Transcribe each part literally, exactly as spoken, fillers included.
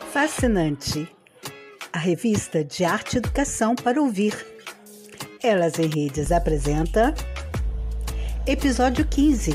Fascinante, a revista de arte e educação para ouvir. Elas em Redes apresenta episódio quinze.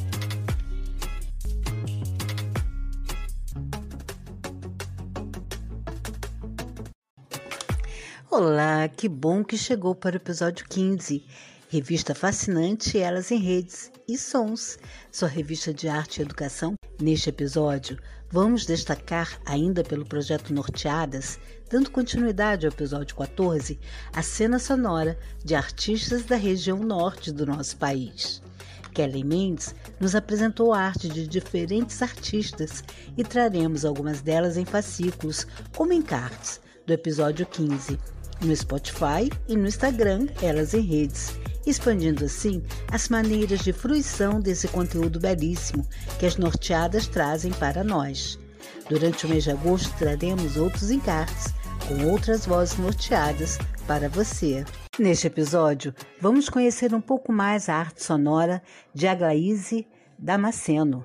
Olá, que bom que chegou para o episódio quinze. Revista fascinante, Elas em Redes e Sons, sua revista de arte e educação. Neste episódio, vamos destacar, ainda pelo projeto Norteadas, dando continuidade ao episódio quatorze, a cena sonora de artistas da região norte do nosso país. Kelly Mendes nos apresentou a arte de diferentes artistas e traremos algumas delas em fascículos, como encartes, do episódio quinze, no Spotify e no Instagram Elas em Redes, expandindo assim as maneiras de fruição desse conteúdo belíssimo que as norteadas trazem para nós. Durante o mês de agosto traremos outros encartes com outras vozes norteadas para você. Neste episódio, vamos conhecer um pouco mais a arte sonora de Aglaíse Damasceno.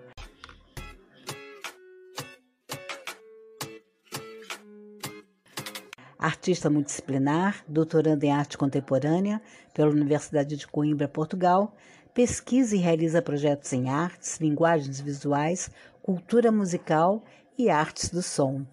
Artista multidisciplinar, doutoranda em arte contemporânea pela Universidade de Coimbra, Portugal, pesquisa e realiza projetos em artes, linguagens visuais, cultura musical e artes do som.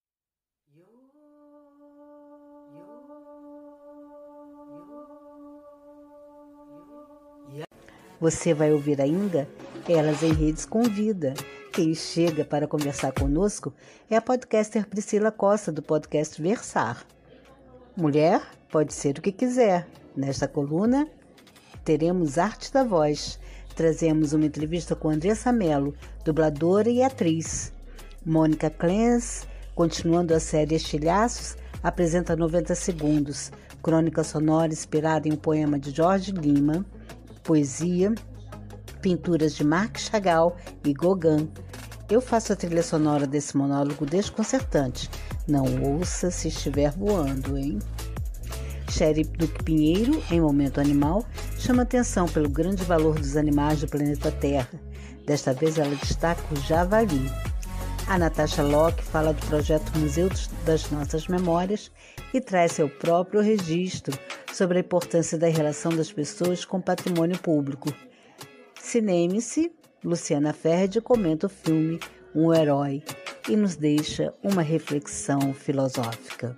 Você vai ouvir ainda Elas em Redes Convida. Quem chega para conversar conosco é a podcaster Priscila Costa, do podcast Versar. Mulher pode ser o que quiser. Nesta coluna, teremos Arte da Voz. Trazemos uma entrevista com Andressa Mello, dubladora e atriz. Mônica Clens, continuando a série Estilhaços, apresenta noventa segundos, crônica sonora inspirada em um poema de Jorge Lima, poesia, pinturas de Marc Chagall e Gauguin. Eu faço a trilha sonora desse monólogo desconcertante. Não ouça se estiver voando, hein? Sherry Duque Pinheiro, em Momento Animal, chama atenção pelo grande valor dos animais do planeta Terra. Desta vez ela destaca o javali. A Natasha Locke fala do projeto Museu das Nossas Memórias e traz seu próprio registro sobre a importância da relação das pessoas com o patrimônio público. Cineme-se, Luciana Ferdi comenta o filme Um Herói e nos deixa uma reflexão filosófica.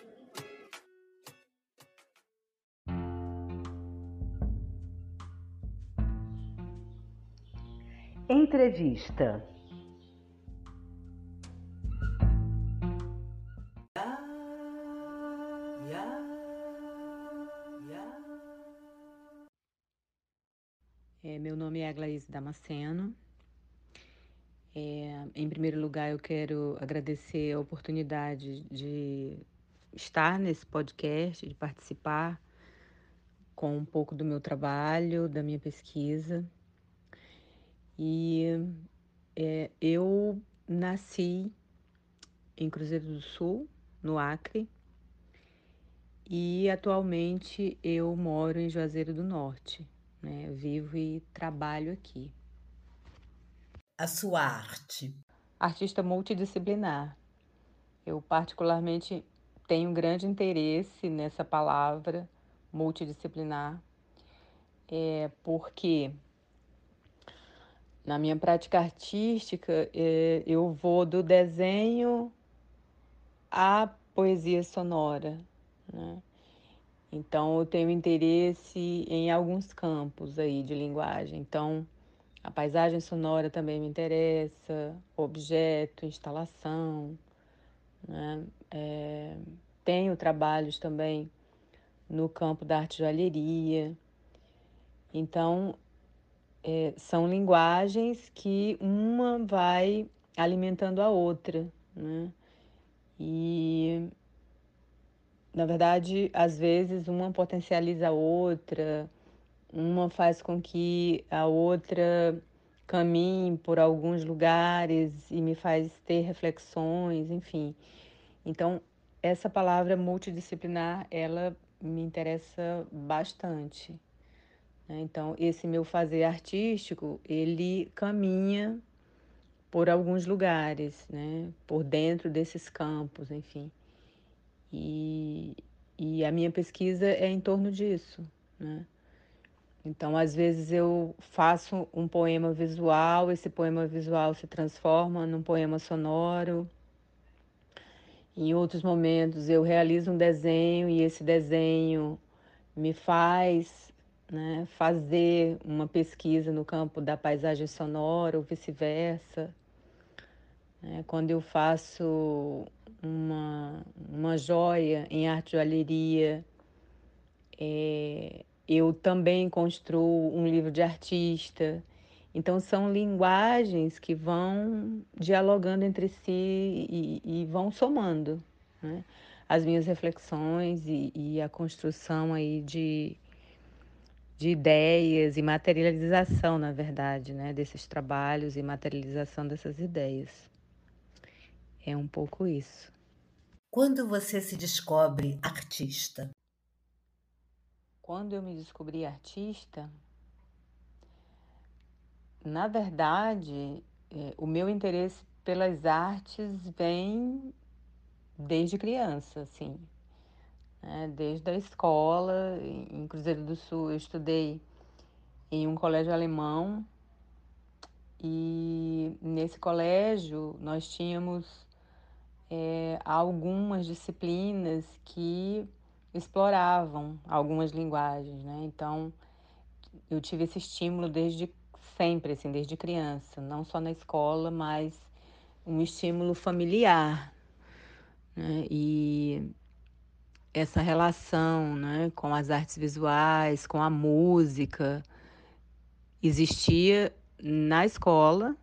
Entrevista. É, meu nome é Aglaíse Damasceno. É, em primeiro lugar, eu quero agradecer a oportunidade de estar nesse podcast, de participar com um pouco do meu trabalho, da minha pesquisa. E é, eu nasci em Cruzeiro do Sul, no Acre, e atualmente eu moro em Juazeiro do Norte. Né? Eu vivo e trabalho aqui. A sua arte. Artista multidisciplinar. Eu particularmente tenho grande interesse nessa palavra, multidisciplinar, é, porque na minha prática artística é, eu vou do desenho à poesia sonora, né? Então eu tenho interesse em alguns campos aí de linguagem. Então a paisagem sonora também me interessa, objeto, instalação, né? É, tenho trabalhos também no campo da arte joalheria. Então, é, são linguagens que uma vai alimentando a outra, né? E, na verdade, às vezes uma potencializa a outra, uma faz com que a outra caminhe por alguns lugares e me faz ter reflexões, enfim. Então, essa palavra multidisciplinar, ela me interessa bastante. Né? Então, esse meu fazer artístico, ele caminha por alguns lugares, né? Por dentro desses campos, enfim. E, e a minha pesquisa é em torno disso, né? Então, às vezes eu faço um poema visual, esse poema visual se transforma num poema sonoro. Em outros momentos eu realizo um desenho e esse desenho me faz, né, fazer uma pesquisa no campo da paisagem sonora ou vice-versa. Né? Quando eu faço uma, uma joia em arte joalheria, é, eu também construo um livro de artista. Então, são linguagens que vão dialogando entre si e, e vão somando, né? As minhas reflexões e, e a construção aí de, de ideias e materialização, na verdade, né? Desses trabalhos e materialização dessas ideias. É um pouco isso. Quando você se descobre artista? Quando eu me descobri artista, na verdade, é, o meu interesse pelas artes vem desde criança, assim, né? Desde a escola. Em Cruzeiro do Sul eu estudei em um colégio alemão e nesse colégio nós tínhamos é, algumas disciplinas que exploravam algumas linguagens, né? Então eu tive esse estímulo desde sempre, assim, desde criança, não só na escola, mas um estímulo familiar, né? E essa relação, né, com as artes visuais, com a música, existia na escola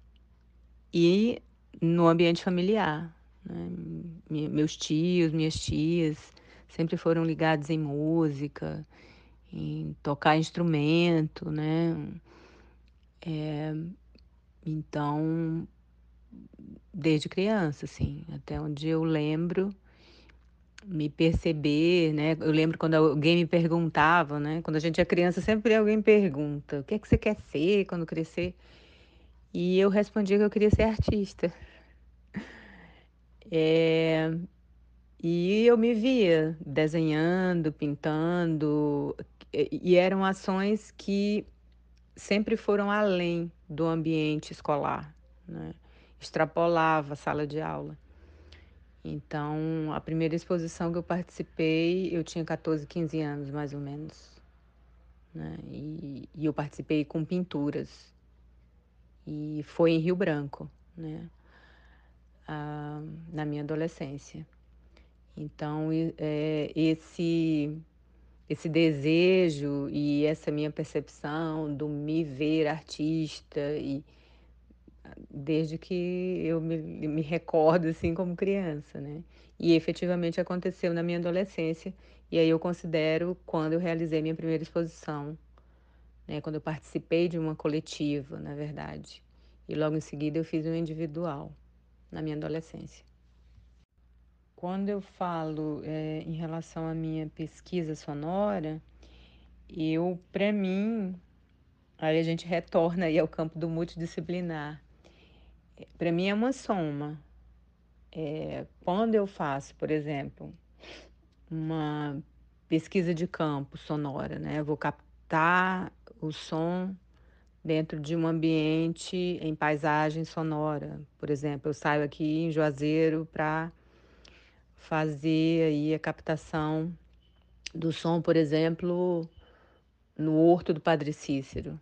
e no ambiente familiar, né? Meus tios, minhas tias sempre foram ligados em música, em tocar instrumento, né? É, então, desde criança, assim, até onde eu lembro, me perceber, né? Eu lembro quando alguém me perguntava, né? Quando a gente é criança, sempre alguém pergunta: o que é que você quer ser quando crescer? E eu respondia que eu queria ser artista. É, e eu me via desenhando, pintando, e e eram ações que sempre foram além do ambiente escolar, né? Extrapolava a sala de aula. Então, a primeira exposição que eu participei, eu tinha catorze, quinze anos, mais ou menos, né? E, e eu participei com pinturas. E foi em Rio Branco, né? Ah, na minha adolescência. Então, e- é, esse, esse desejo e essa minha percepção do me ver artista, e desde que eu me, me recordo, assim, como criança, né? E efetivamente aconteceu na minha adolescência. E aí eu considero quando eu realizei minha primeira exposição, né? Quando eu participei de uma coletiva, na verdade. E logo em seguida eu fiz um individual, na minha adolescência. Quando eu falo é, em relação à minha pesquisa sonora, eu, para mim, aí a gente retorna aí ao campo do multidisciplinar. Para mim é uma soma. É, quando eu faço, por exemplo, uma pesquisa de campo sonora, né? Eu vou captar o som dentro de um ambiente em paisagem sonora. Por exemplo, eu saio aqui em Juazeiro para fazer aí a captação do som, por exemplo, no Horto do Padre Cícero.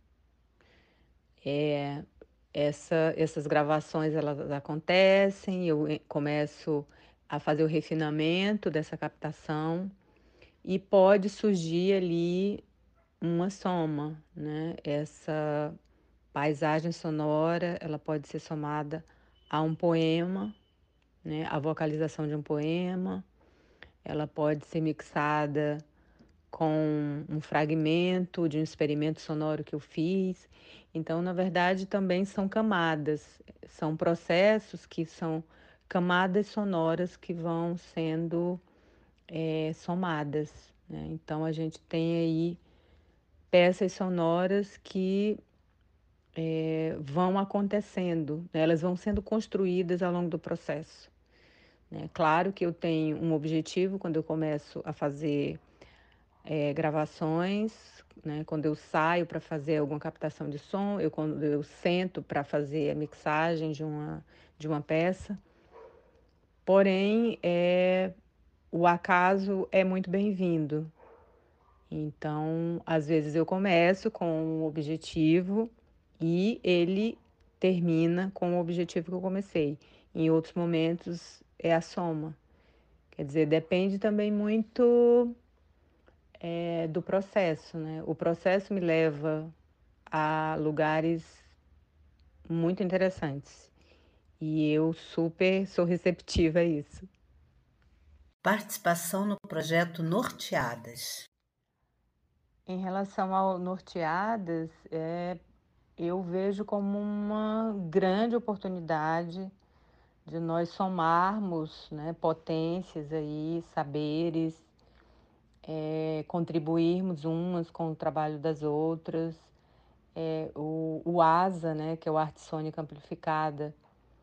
É, essa, essas gravações elas acontecem, eu eh, começo a fazer o refinamento dessa captação e pode surgir ali uma soma, né? Essa paisagem sonora, ela pode ser somada a um poema, né? A vocalização de um poema, ela pode ser mixada com um fragmento de um experimento sonoro que eu fiz. Então, na verdade, também são camadas, são processos que são camadas sonoras que vão sendo é, somadas, né? Então, a gente tem aí peças sonoras que é, vão acontecendo, né? Elas vão sendo construídas ao longo do processo. Né? Claro que eu tenho um objetivo quando eu começo a fazer é, gravações, né? Quando eu saio para fazer alguma captação de som, eu, quando eu sento para fazer a mixagem de uma, de uma peça. Porém, é, o acaso é muito bem-vindo. Então, às vezes eu começo com um objetivo e ele termina com o objetivo que eu comecei. Em outros momentos é a soma. Quer dizer, depende também muito é, do processo, né? O processo me leva a lugares muito interessantes e eu super sou receptiva a isso. Participação no projeto Norteadas. Em relação ao Norteadas, é, eu vejo como uma grande oportunidade de nós somarmos, né, potências aí, saberes, é, contribuirmos umas com o trabalho das outras. É, o, o ASA, né, que é o Arte Sônica Amplificada,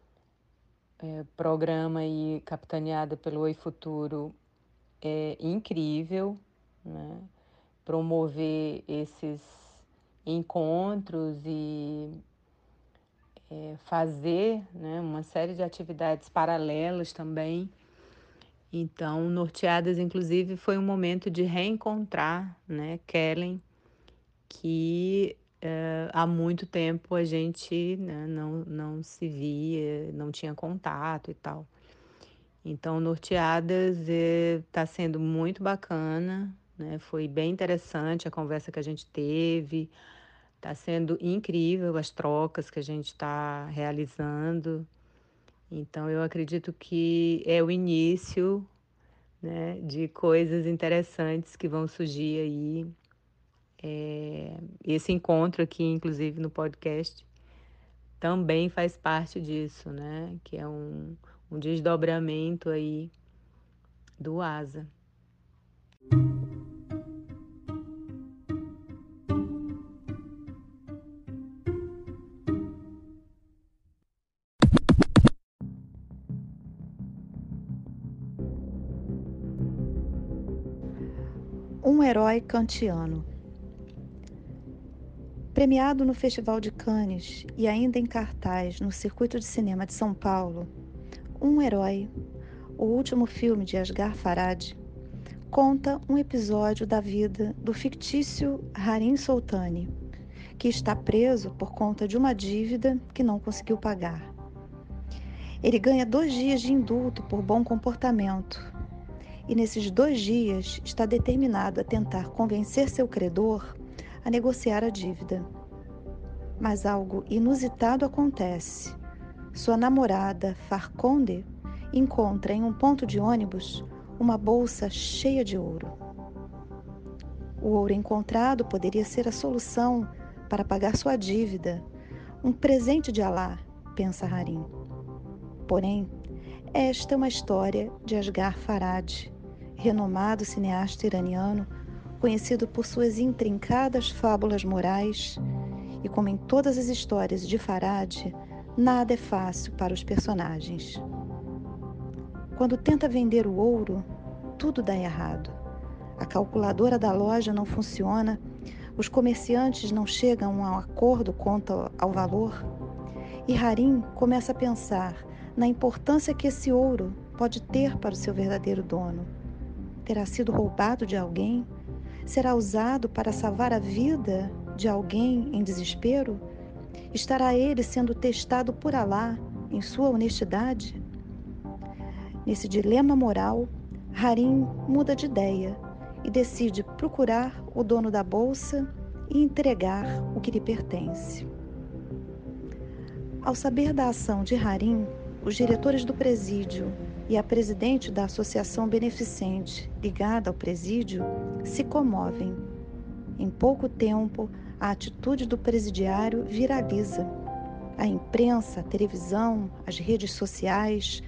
é, programa aí capitaneada pelo Oi Futuro, é incrível, né? Promover esses encontros e é, fazer, né, uma série de atividades paralelas também. Então, Norteadas, inclusive, foi um momento de reencontrar, né, Kellen, que é, há muito tempo a gente, né, não, não se via, não tinha contato e tal. Então, Norteadas está sendo muito bacana, né? Foi bem interessante a conversa que a gente teve. Está sendo incrível as trocas que a gente está realizando. Então, eu acredito que é o início, né, de coisas interessantes que vão surgir aí. É, esse encontro aqui, inclusive, no podcast, também faz parte disso, né? Que é um, um desdobramento aí do ASA. Um herói kantiano. Premiado no Festival de Cannes e ainda em cartaz no Circuito de Cinema de São Paulo, Um Herói, o último filme de Asghar Farhadi, conta um episódio da vida do fictício Harim Soltani, que está preso por conta de uma dívida que não conseguiu pagar. Ele ganha dois dias de indulto por bom comportamento e nesses dois dias está determinado a tentar convencer seu credor a negociar a dívida. Mas algo inusitado acontece. Sua namorada, Farkhonde, encontra em um ponto de ônibus uma bolsa cheia de ouro. O ouro encontrado poderia ser a solução para pagar sua dívida, um presente de Alá, pensa Harim. Porém, esta é uma história de Asghar Farhadi, renomado cineasta iraniano, conhecido por suas intrincadas fábulas morais, e como em todas as histórias de Farhadi, nada é fácil para os personagens. Quando tenta vender o ouro, tudo dá errado. A calculadora da loja não funciona, os comerciantes não chegam a um acordo quanto ao valor, e Harim começa a pensar na importância que esse ouro pode ter para o seu verdadeiro dono. Terá sido roubado de alguém? Será usado para salvar a vida de alguém em desespero? Estará ele sendo testado por Alá em sua honestidade? Nesse dilema moral, Harim muda de ideia e decide procurar o dono da bolsa e entregar o que lhe pertence. Ao saber da ação de Harim, os diretores do presídio e a presidente da associação beneficente ligada ao presídio se comovem. Em pouco tempo, a atitude do presidiário viraliza. A imprensa, a televisão, as redes sociais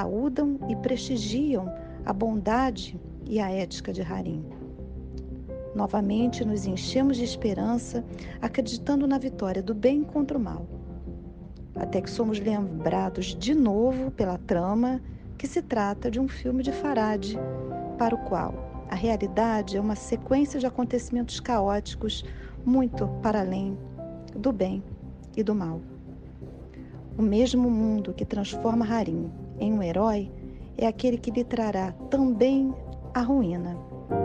saúdam e prestigiam a bondade e a ética de Harim. Novamente nos enchemos de esperança, acreditando na vitória do bem contra o mal. Até que somos lembrados de novo pela trama que se trata de um filme de Farhad, para o qual a realidade é uma sequência de acontecimentos caóticos muito para além do bem e do mal. O mesmo mundo que transforma Harim em um herói é aquele que lhe trará também a ruína.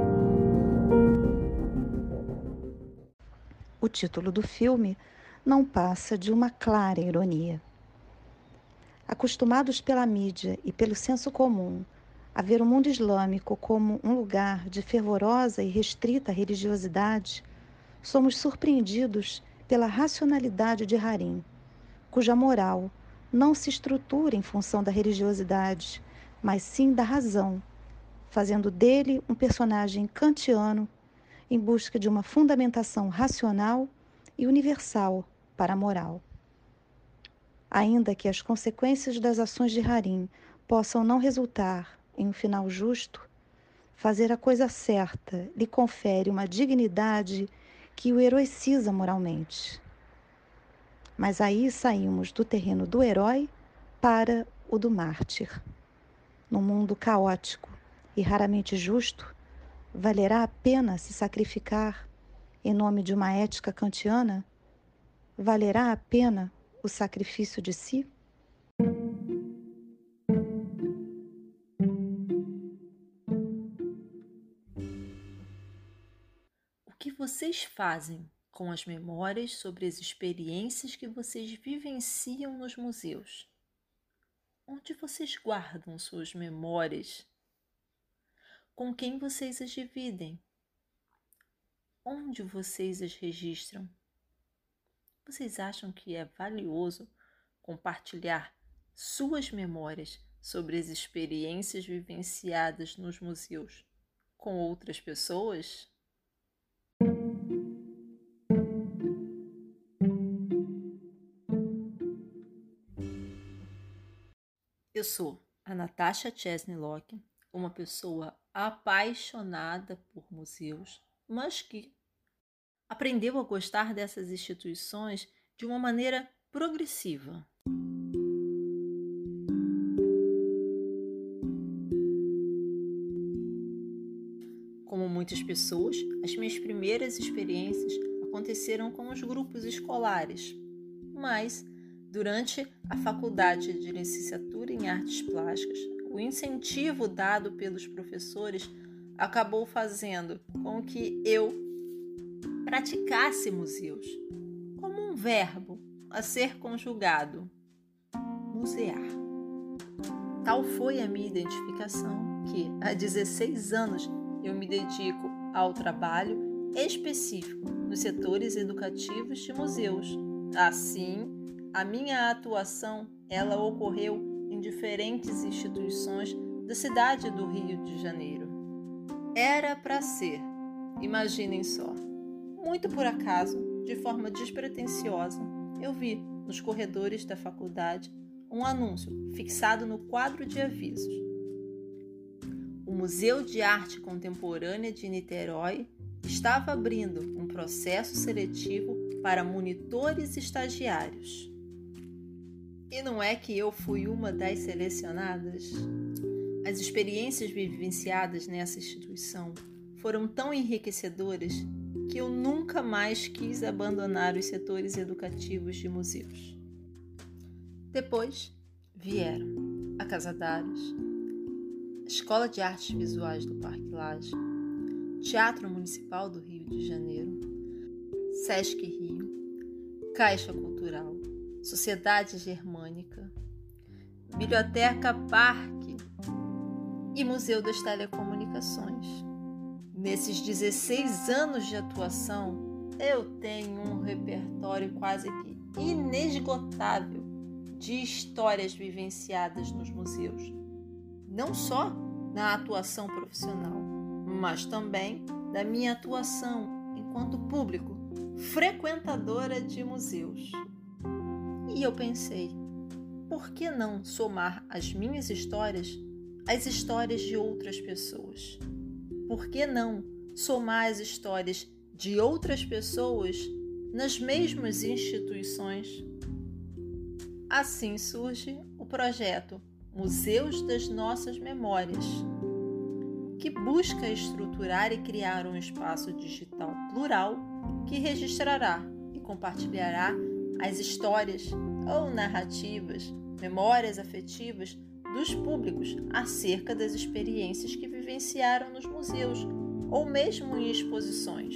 O título do filme não passa de uma clara ironia. Acostumados pela mídia e pelo senso comum a ver o mundo islâmico como um lugar de fervorosa e restrita religiosidade, somos surpreendidos pela racionalidade de Harim, cuja moral não se estrutura em função da religiosidade, mas sim da razão, fazendo dele um personagem kantiano em busca de uma fundamentação racional e universal para a moral. Ainda que as consequências das ações de Harim possam não resultar em um final justo, fazer a coisa certa lhe confere uma dignidade que o heroiciza moralmente. Mas aí saímos do terreno do herói para o do mártir. Num mundo caótico e raramente justo, valerá a pena se sacrificar em nome de uma ética kantiana? Valerá a pena o sacrifício de si? O que vocês fazem com as memórias sobre as experiências que vocês vivenciam nos museus? Onde vocês guardam suas memórias? Com quem vocês as dividem? Onde vocês as registram? Vocês acham que é valioso compartilhar suas memórias sobre as experiências vivenciadas nos museus com outras pessoas? Eu sou a Natasha Chesney Locke, uma pessoa apaixonada por museus, mas que aprendeu a gostar dessas instituições de uma maneira progressiva. Como muitas pessoas, as minhas primeiras experiências aconteceram com os grupos escolares, mas durante a faculdade de licenciatura em artes plásticas, o incentivo dado pelos professores acabou fazendo com que eu praticasse museus, como um verbo a ser conjugado, musear. Tal foi a minha identificação que, há dezesseis anos, eu me dedico ao trabalho específico nos setores educativos de museus. Assim, a minha atuação, ela ocorreu em diferentes instituições da cidade do Rio de Janeiro. Era para ser, imaginem só, muito por acaso, de forma despretensiosa, eu vi nos corredores da faculdade um anúncio fixado no quadro de avisos. O Museu de Arte Contemporânea de Niterói estava abrindo um processo seletivo para monitores estagiários. E não é que eu fui uma das selecionadas? As experiências vivenciadas nessa instituição foram tão enriquecedoras que eu nunca mais quis abandonar os setores educativos de museus. Depois vieram a Casa d'Ares, a Escola de Artes Visuais do Parque Lage, Teatro Municipal do Rio de Janeiro, Sesc Rio, Caixa Cultural, Sociedade Germânica, Biblioteca Parque e Museu das Telecomunicações. Nesses dezesseis anos de atuação, eu tenho um repertório quase que inesgotável de histórias vivenciadas nos museus. Não só na atuação profissional, mas também da minha atuação enquanto público, frequentadora de museus. E eu pensei, por que não somar as minhas histórias às histórias de outras pessoas? Por que não somar as histórias de outras pessoas nas mesmas instituições. Assim surge o projeto Museus das Nossas Memórias, que busca estruturar e criar um espaço digital plural que registrará e compartilhará as histórias ou narrativas, memórias afetivas dos públicos acerca das experiências que vivenciaram nos museus ou mesmo em exposições.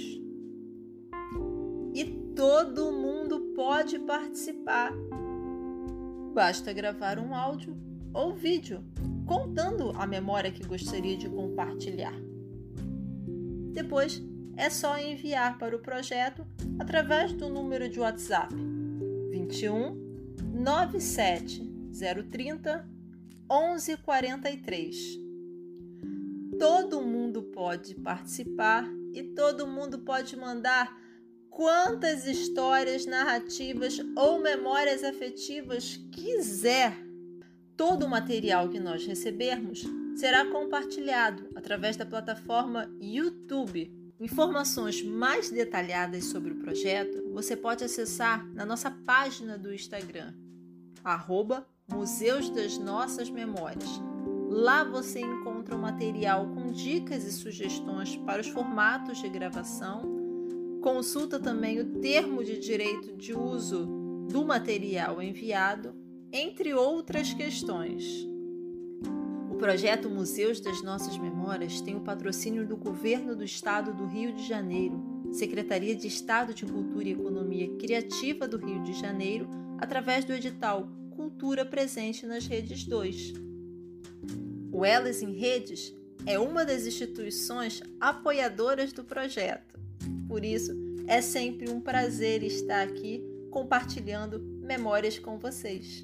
E todo mundo pode participar. Basta gravar um áudio ou vídeo contando a memória que gostaria de compartilhar. Depois, é só enviar para o projeto através do número de WhatsApp vinte e um, nove sete zero três zero, onze quarenta e três. Todo mundo pode participar e todo mundo pode mandar quantas histórias, narrativas ou memórias afetivas quiser. Todo o material que nós recebermos será compartilhado através da plataforma YouTube. Informações mais detalhadas sobre o projeto você pode acessar na nossa página do Instagram, arroba Museus das Nossas Memórias. Lá você encontra o material com dicas e sugestões para os formatos de gravação. Consulta também o termo de direito de uso do material enviado, entre outras questões. O projeto Museus das Nossas Memórias tem o patrocínio do Governo do Estado do Rio de Janeiro, Secretaria de Estado de Cultura e Economia Criativa do Rio de Janeiro, através do edital Cultura Presente nas Redes dois. O Elas em Redes é uma das instituições apoiadoras do projeto. Por isso, é sempre um prazer estar aqui compartilhando memórias com vocês.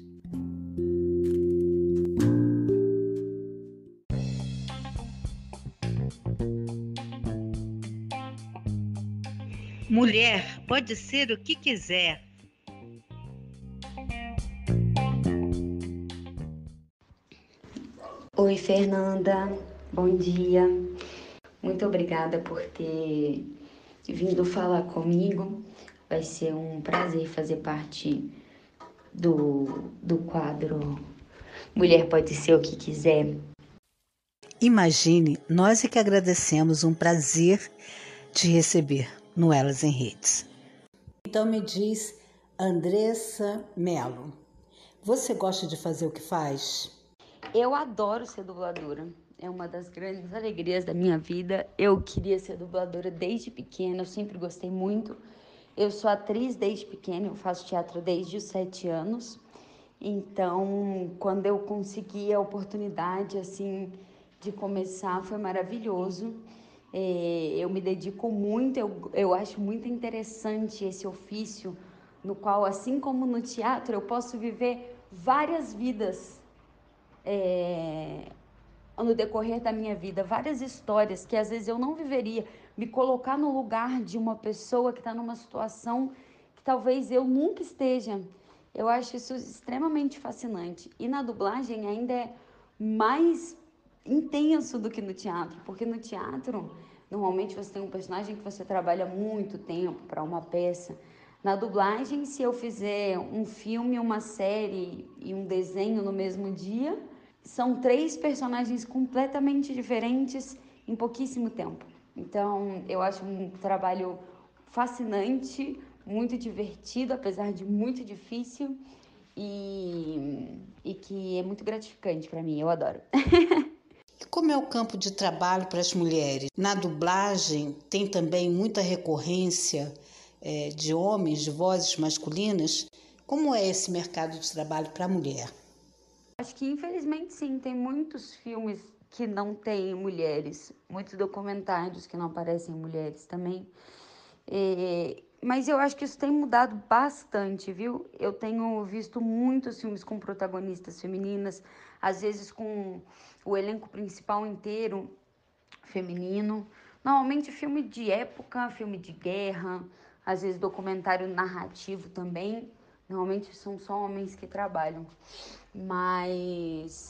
Mulher pode ser o que quiser. Oi, Fernanda. Bom dia. Muito obrigada por ter vindo falar comigo. Vai ser um prazer fazer parte do, do quadro Mulher Pode Ser o que Quiser. Imagine, nós é que agradecemos, um prazer te receber no Elas em Redes. Então me diz, Andressa Mello, você gosta de fazer o que faz? Eu adoro ser dubladora. É uma das grandes alegrias da minha vida. Eu queria ser dubladora desde pequena, eu sempre gostei muito. Eu sou atriz desde pequena, eu faço teatro desde os sete anos. Então, quando eu consegui a oportunidade, assim, de começar, foi maravilhoso. É, eu me dedico muito, eu, eu acho muito interessante esse ofício, no qual, assim como no teatro, eu posso viver várias vidas é, no decorrer da minha vida, várias histórias que às vezes eu não viveria, me colocar no lugar de uma pessoa que está numa situação que talvez eu nunca esteja. Eu acho isso extremamente fascinante. E na dublagem ainda é mais intenso do que no teatro, porque no teatro, normalmente você tem um personagem que você trabalha muito tempo para uma peça. Na dublagem, se eu fizer um filme, uma série e um desenho no mesmo dia, são três personagens completamente diferentes em pouquíssimo tempo. Então, eu acho um trabalho fascinante, muito divertido, apesar de muito difícil, e, e que é muito gratificante para mim, eu adoro. Como é o campo de trabalho para as mulheres? Na dublagem tem também muita recorrência é, de homens, de vozes masculinas. Como é esse mercado de trabalho para a mulher? Acho que infelizmente sim, tem muitos filmes que não têm mulheres, muitos documentários que não aparecem mulheres também. É, mas eu acho que isso tem mudado bastante, viu? Eu tenho visto muitos filmes com protagonistas femininas, às vezes com o elenco principal inteiro feminino. Normalmente filme de época, filme de guerra, às vezes documentário narrativo também. Normalmente são só homens que trabalham. Mas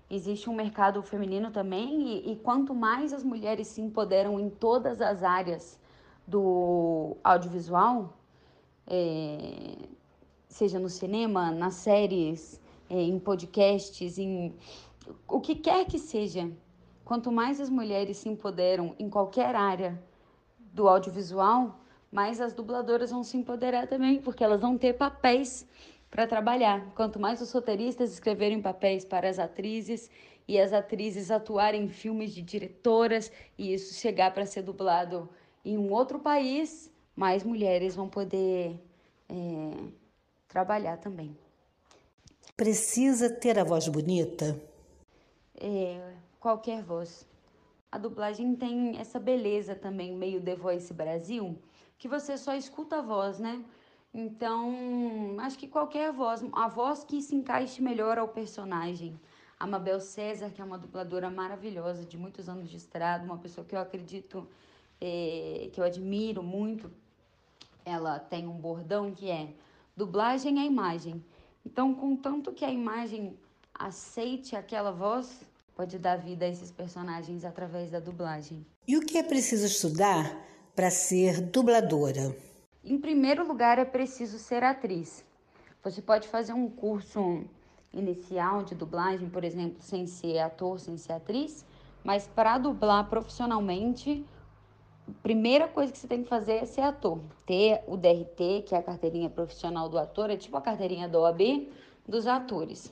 existe um mercado feminino também, e, e quanto mais as mulheres se empoderam em todas as áreas do audiovisual, é, seja no cinema, nas séries, é, em podcasts, em o que quer que seja, quanto mais as mulheres se empoderam em qualquer área do audiovisual, mais as dubladoras vão se empoderar também, porque elas vão ter papéis para trabalhar. Quanto mais os roteiristas escreverem papéis para as atrizes e as atrizes atuarem em filmes de diretoras e isso chegar para ser dublado em um outro país, mais mulheres vão poder é, trabalhar também. Precisa ter a voz bonita? É, qualquer voz. A dublagem tem essa beleza também, meio The Voice Brasil, que você só escuta a voz, né? Então, acho que qualquer voz, a voz que se encaixe melhor ao personagem. A Mabel César, que é uma dubladora maravilhosa, de muitos anos de estrada, uma pessoa que eu acredito, é, que eu admiro muito, ela tem um bordão que é dublagem é imagem. Então, contanto que a imagem aceite aquela voz, pode dar vida a esses personagens através da dublagem. E o que é preciso estudar para ser dubladora? Em primeiro lugar, é preciso ser atriz. Você pode fazer um curso inicial de dublagem, por exemplo, sem ser ator, sem ser atriz, mas para dublar profissionalmente, a primeira coisa que você tem que fazer é ser ator. Ter o D R T, que é a carteirinha profissional do ator, é tipo a carteirinha da O A B dos atores.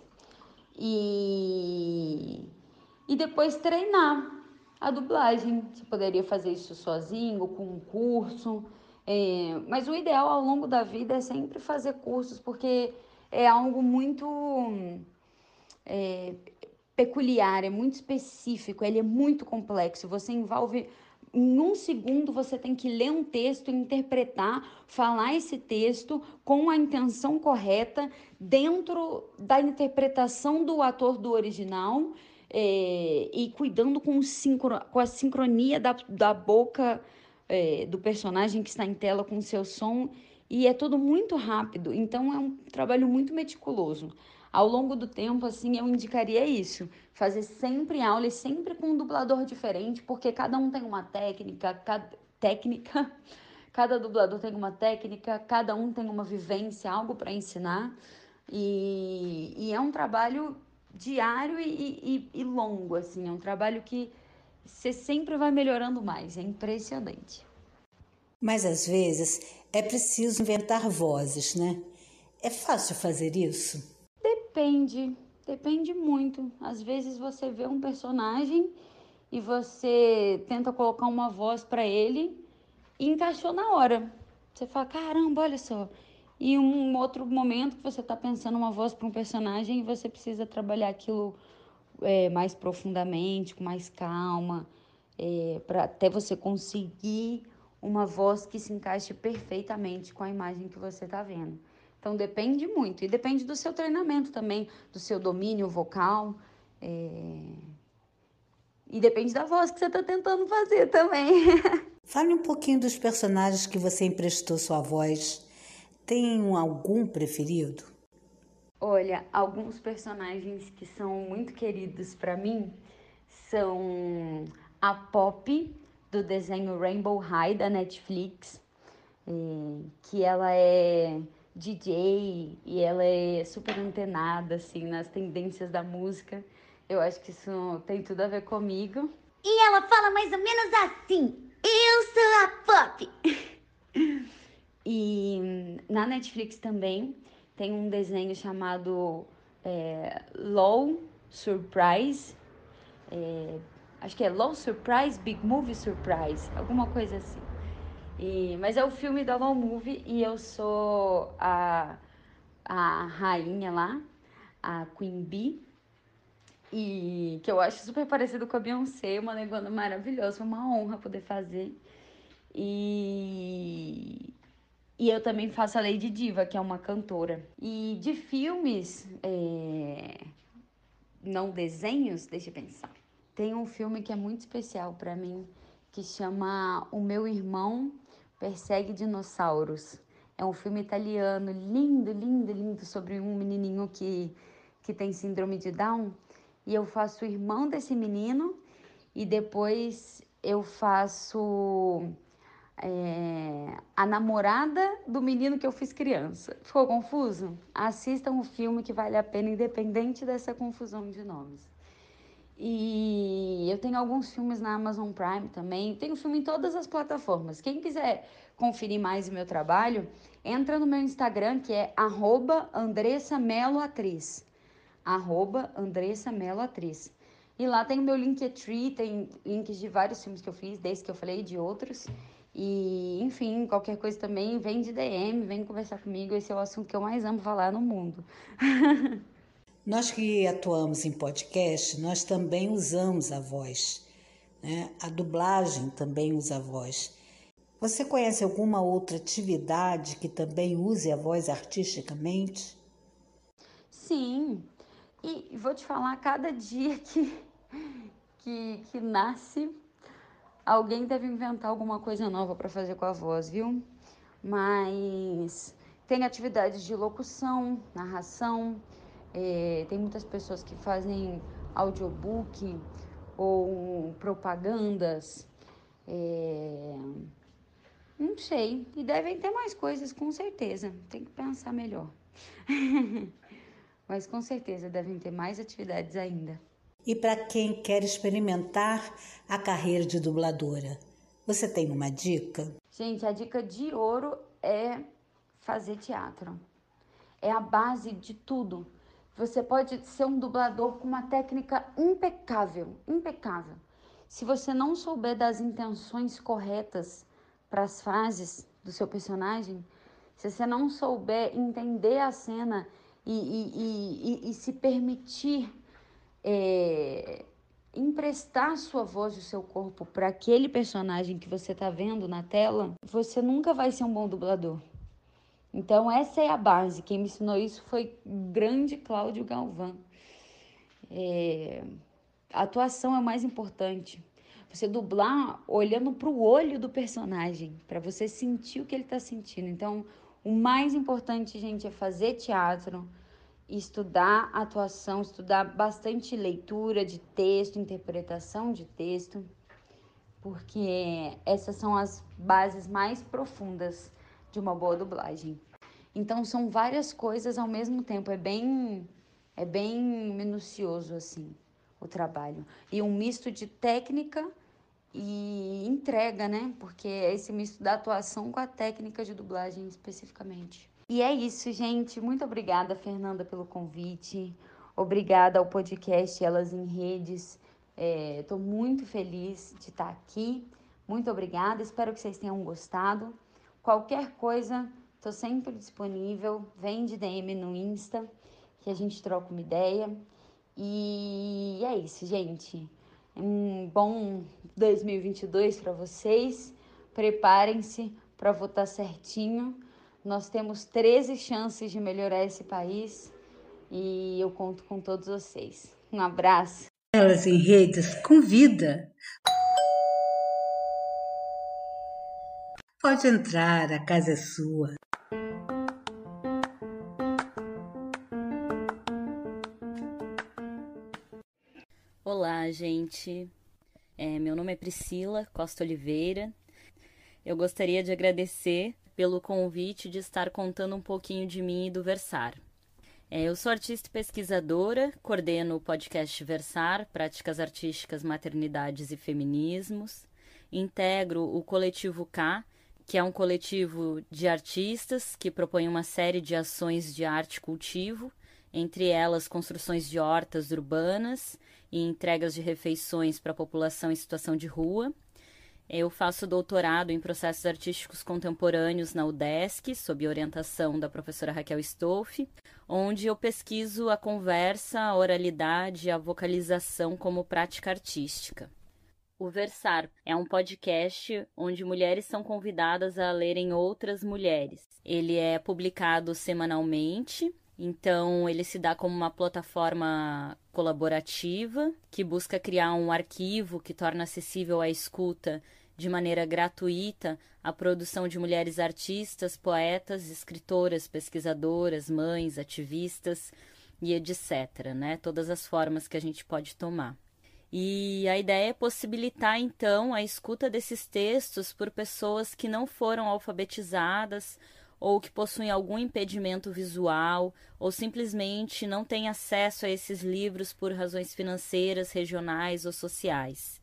E, e depois treinar a dublagem. Você poderia fazer isso sozinho, com um curso. É, mas o ideal ao longo da vida é sempre fazer cursos, porque é algo muito é, peculiar, é muito específico, ele é muito complexo. Você envolve. Em um segundo você tem que ler um texto, interpretar, falar esse texto com a intenção correta, dentro da interpretação do ator do original, é, e cuidando com, sincro, com a sincronia da, da boca é, do personagem que está em tela com o seu som. E é tudo muito rápido, então é um trabalho muito meticuloso. Ao longo do tempo, assim, eu indicaria isso. Fazer sempre aula e sempre com um dublador diferente, porque cada um tem uma técnica, cada, técnica, cada dublador tem uma técnica, cada um tem uma vivência, algo para ensinar. E, e é um trabalho diário e, e, e longo, assim. É um trabalho que você sempre vai melhorando mais. É impressionante. Mas às vezes é preciso inventar vozes, né? É fácil fazer isso? Depende, depende muito. Às vezes você vê um personagem e você tenta colocar uma voz para ele e encaixou na hora. Você fala, caramba, olha só. E um outro momento que você está pensando uma voz para um personagem e você precisa trabalhar aquilo é, mais profundamente, com mais calma, é, para até você conseguir uma voz que se encaixe perfeitamente com a imagem que você está vendo. Então depende muito, e depende do seu treinamento também, do seu domínio vocal, é... e depende da voz que você está tentando fazer também. Fale um pouquinho dos personagens que você emprestou sua voz. Tem algum preferido? Olha, alguns personagens que são muito queridos para mim são a Pop, do desenho Rainbow High, da Netflix, é, que ela é D J e ela é super antenada, assim, nas tendências da música. Eu acho que isso tem tudo a ver comigo. E ela fala mais ou menos assim: eu sou a Pop. E na Netflix também tem um desenho chamado é, Low Surprise. É, acho que é Low Surprise, Big Movie Surprise, alguma coisa assim. E, mas é o filme da Low Movie e eu sou a, a rainha lá, a Queen Bee. E que eu acho super parecido com a Beyoncé, uma negona maravilhosa, foi uma honra poder fazer. E, e eu também faço a Lady Diva, que é uma cantora. E de filmes, é... não desenhos, deixa eu pensar. Tem um filme que é muito especial para mim, que chama O Meu Irmão Persegue Dinossauros. É um filme italiano, lindo, lindo, lindo, sobre um menininho que, que tem síndrome de Down. e eu faço o irmão desse menino, e depois eu faço é, a namorada do menino que eu fiz criança. Ficou confuso? Assistam o filme que vale a pena, independente dessa confusão de nomes. E eu tenho alguns filmes na Amazon Prime também. Tenho filme em todas as plataformas. Quem quiser conferir mais o meu trabalho, entra no meu Instagram, que é arroba Andressa Melo Atriz. Arroba Andressa Melo Atriz. E lá tem o meu Linktree, tem links de vários filmes que eu fiz, desde que eu falei, de outros. E, enfim, qualquer coisa também, vem de D M, vem conversar comigo. Esse é o assunto que eu mais amo falar no mundo. Nós que atuamos em podcast, nós também usamos a voz, né? A dublagem também usa a voz. Você conhece alguma outra atividade que também use a voz artisticamente? Sim, e vou te falar, cada dia que, que, que nasce, alguém deve inventar alguma coisa nova para fazer com a voz, viu? Mas tem atividades de locução, narração, é, tem muitas pessoas que fazem audiobook ou propagandas, é, não sei, e devem ter mais coisas, com certeza, tem que pensar melhor. Mas com certeza devem ter mais atividades ainda. E para quem quer experimentar a carreira de dubladora, você tem uma dica? Gente, a dica de ouro é fazer teatro. É a base de tudo. Você pode ser um dublador com uma técnica impecável, impecável. Se você não souber das intenções corretas para as frases do seu personagem, se você não souber entender a cena e, e, e, e, e se permitir é, emprestar a sua voz e o seu corpo para aquele personagem que você está vendo na tela, você nunca vai ser um bom dublador. Então essa é a base. Quem me ensinou isso foi o grande Cláudio Galvão. É, a atuação é o mais importante. Você dublar olhando para o olho do personagem, para você sentir o que ele está sentindo. Então, o mais importante, gente, é fazer teatro, estudar atuação, estudar bastante leitura de texto, interpretação de texto, porque essas são as bases mais profundas de uma boa dublagem. Então, são várias coisas ao mesmo tempo. É bem, é bem minucioso, assim, o trabalho. E um misto de técnica e entrega, né? Porque é esse misto da atuação com a técnica de dublagem especificamente. E é isso, gente. Muito obrigada, Fernanda, pelo convite. Obrigada ao podcast Elas em Redes. Estou é, muito feliz de estar aqui. Muito obrigada. Espero que vocês tenham gostado. Qualquer coisa, estou sempre disponível. Vem de D M no Insta, que a gente troca uma ideia. E é isso, gente. Um bom dois mil e vinte e dois para vocês. Preparem-se para votar certinho. Nós temos treze chances de melhorar esse país e eu conto com todos vocês. Um abraço. Elas em Redes convida. Pode entrar, a casa é sua. Olá, gente. É, meu nome é Priscila Costa Oliveira. Eu gostaria de agradecer pelo convite de estar contando um pouquinho de mim e do Versar. É, eu sou artista e pesquisadora, coordeno o podcast Versar, Práticas Artísticas, Maternidades e Feminismos, integro o Coletivo K, que é um coletivo de artistas que propõe uma série de ações de arte e cultivo, entre elas construções de hortas urbanas e entregas de refeições para a população em situação de rua. Eu faço doutorado em processos artísticos contemporâneos na U D E S C, sob orientação da professora Raquel Stolfi, onde eu pesquiso a conversa, a oralidade e a vocalização como prática artística. O Versar é um podcast onde mulheres são convidadas a lerem outras mulheres. Ele é publicado semanalmente, então ele se dá como uma plataforma colaborativa que busca criar um arquivo que torna acessível a escuta de maneira gratuita a produção de mulheres artistas, poetas, escritoras, pesquisadoras, mães, ativistas e etcétera, né? Todas as formas que a gente pode tomar. E a ideia é possibilitar, então, a escuta desses textos por pessoas que não foram alfabetizadas ou que possuem algum impedimento visual ou simplesmente não têm acesso a esses livros por razões financeiras, regionais ou sociais.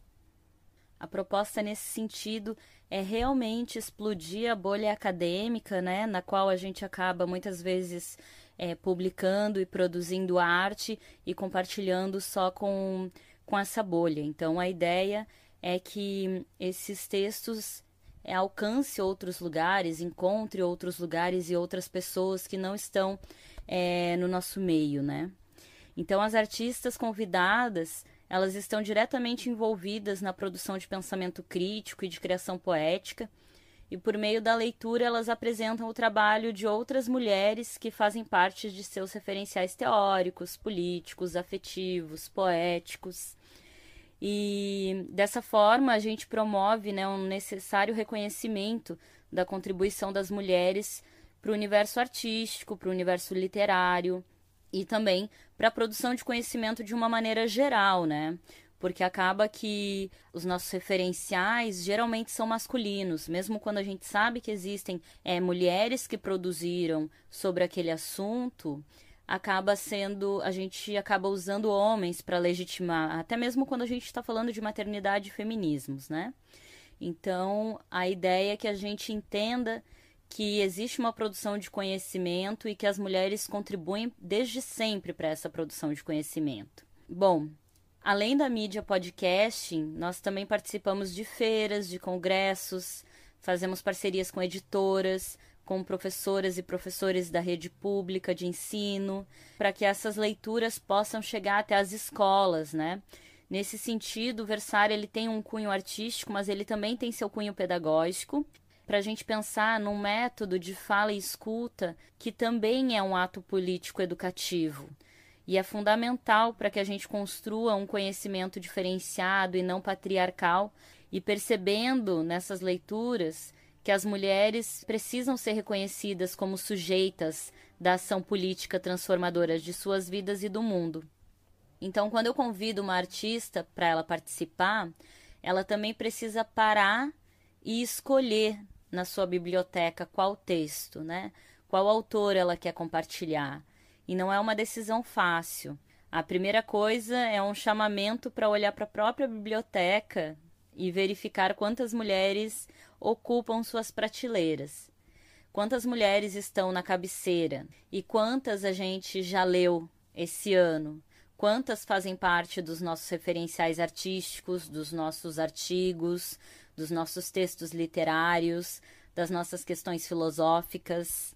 A proposta nesse sentido é realmente explodir a bolha acadêmica, né, na qual a gente acaba muitas vezes é, publicando e produzindo arte e compartilhando só com, com essa bolha. Então a ideia é que esses textos é, alcance outros lugares, encontre outros lugares e outras pessoas que não estão é, no nosso meio, né? Então as artistas convidadas, elas estão diretamente envolvidas na produção de pensamento crítico e de criação poética, e por meio da leitura elas apresentam o trabalho de outras mulheres que fazem parte de seus referenciais teóricos, políticos, afetivos, poéticos. E dessa forma a gente promove, né, um necessário reconhecimento da contribuição das mulheres para o universo artístico, para o universo literário e também para a produção de conhecimento de uma maneira geral, né? Porque acaba que os nossos referenciais geralmente são masculinos, mesmo quando a gente sabe que existem é, mulheres que produziram sobre aquele assunto, acaba sendo, a gente acaba usando homens para legitimar, até mesmo quando a gente está falando de maternidade e feminismos, né? Então, a ideia é que a gente entenda que existe uma produção de conhecimento e que as mulheres contribuem desde sempre para essa produção de conhecimento. Bom, além da mídia podcasting, nós também participamos de feiras, de congressos, fazemos parcerias com editoras, com professoras e professores da rede pública de ensino, para que essas leituras possam chegar até as escolas, né? Nesse sentido, o Versar ele tem um cunho artístico, mas ele também tem seu cunho pedagógico, para a gente pensar num método de fala e escuta que também é um ato político educativo. E é fundamental para que a gente construa um conhecimento diferenciado e não patriarcal, e percebendo nessas leituras que as mulheres precisam ser reconhecidas como sujeitas da ação política transformadora de suas vidas e do mundo. Então, quando eu convido uma artista para ela participar, ela também precisa parar e escolher na sua biblioteca qual texto, né? Qual autor ela quer compartilhar. E não é uma decisão fácil. A primeira coisa é um chamamento para olhar para a própria biblioteca e verificar quantas mulheres ocupam suas prateleiras, quantas mulheres estão na cabeceira e quantas a gente já leu esse ano, quantas fazem parte dos nossos referenciais artísticos, dos nossos artigos, dos nossos textos literários, das nossas questões filosóficas.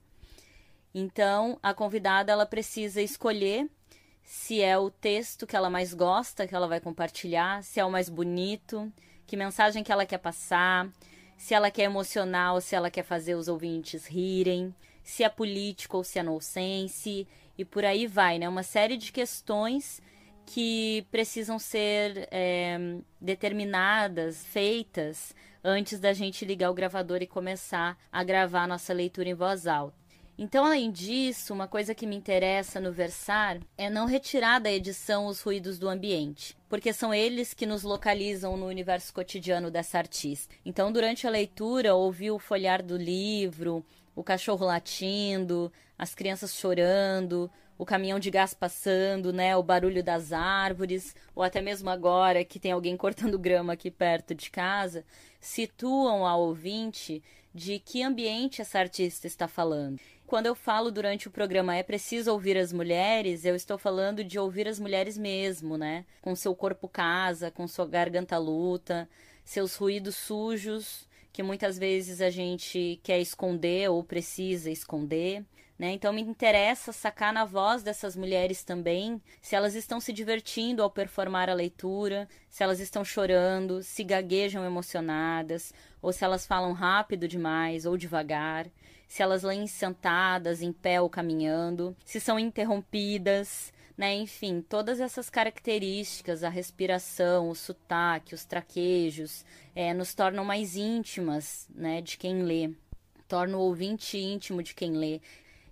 Então, a convidada ela precisa escolher se é o texto que ela mais gosta, que ela vai compartilhar, se é o mais bonito, que mensagem que ela quer passar, se ela quer emocionar ou se ela quer fazer os ouvintes rirem, se é político ou se é nonsense, e por aí vai, né? Uma série de questões que precisam ser é, determinadas, feitas, antes da gente ligar o gravador e começar a gravar a nossa leitura em voz alta. Então, além disso, uma coisa que me interessa no Versar é não retirar da edição os ruídos do ambiente, porque são eles que nos localizam no universo cotidiano dessa artista. Então, durante a leitura, ouvir o folhear do livro, o cachorro latindo, as crianças chorando, o caminhão de gás passando, né, o barulho das árvores, ou até mesmo agora que tem alguém cortando grama aqui perto de casa, situam ao ouvinte de que ambiente essa artista está falando. Quando eu falo durante o programa é preciso ouvir as mulheres, eu estou falando de ouvir as mulheres mesmo, né? Com seu corpo casa, com sua garganta luta, seus ruídos sujos, que muitas vezes a gente quer esconder ou precisa esconder, né? Então me interessa sacar na voz dessas mulheres também, se elas estão se divertindo ao performar a leitura, se elas estão chorando, se gaguejam emocionadas, ou se elas falam rápido demais ou devagar, se elas leem sentadas, em pé ou caminhando, se são interrompidas, né? Enfim, todas essas características, a respiração, o sotaque, os traquejos, é, nos tornam mais íntimas, né, de quem lê, torna o ouvinte íntimo de quem lê.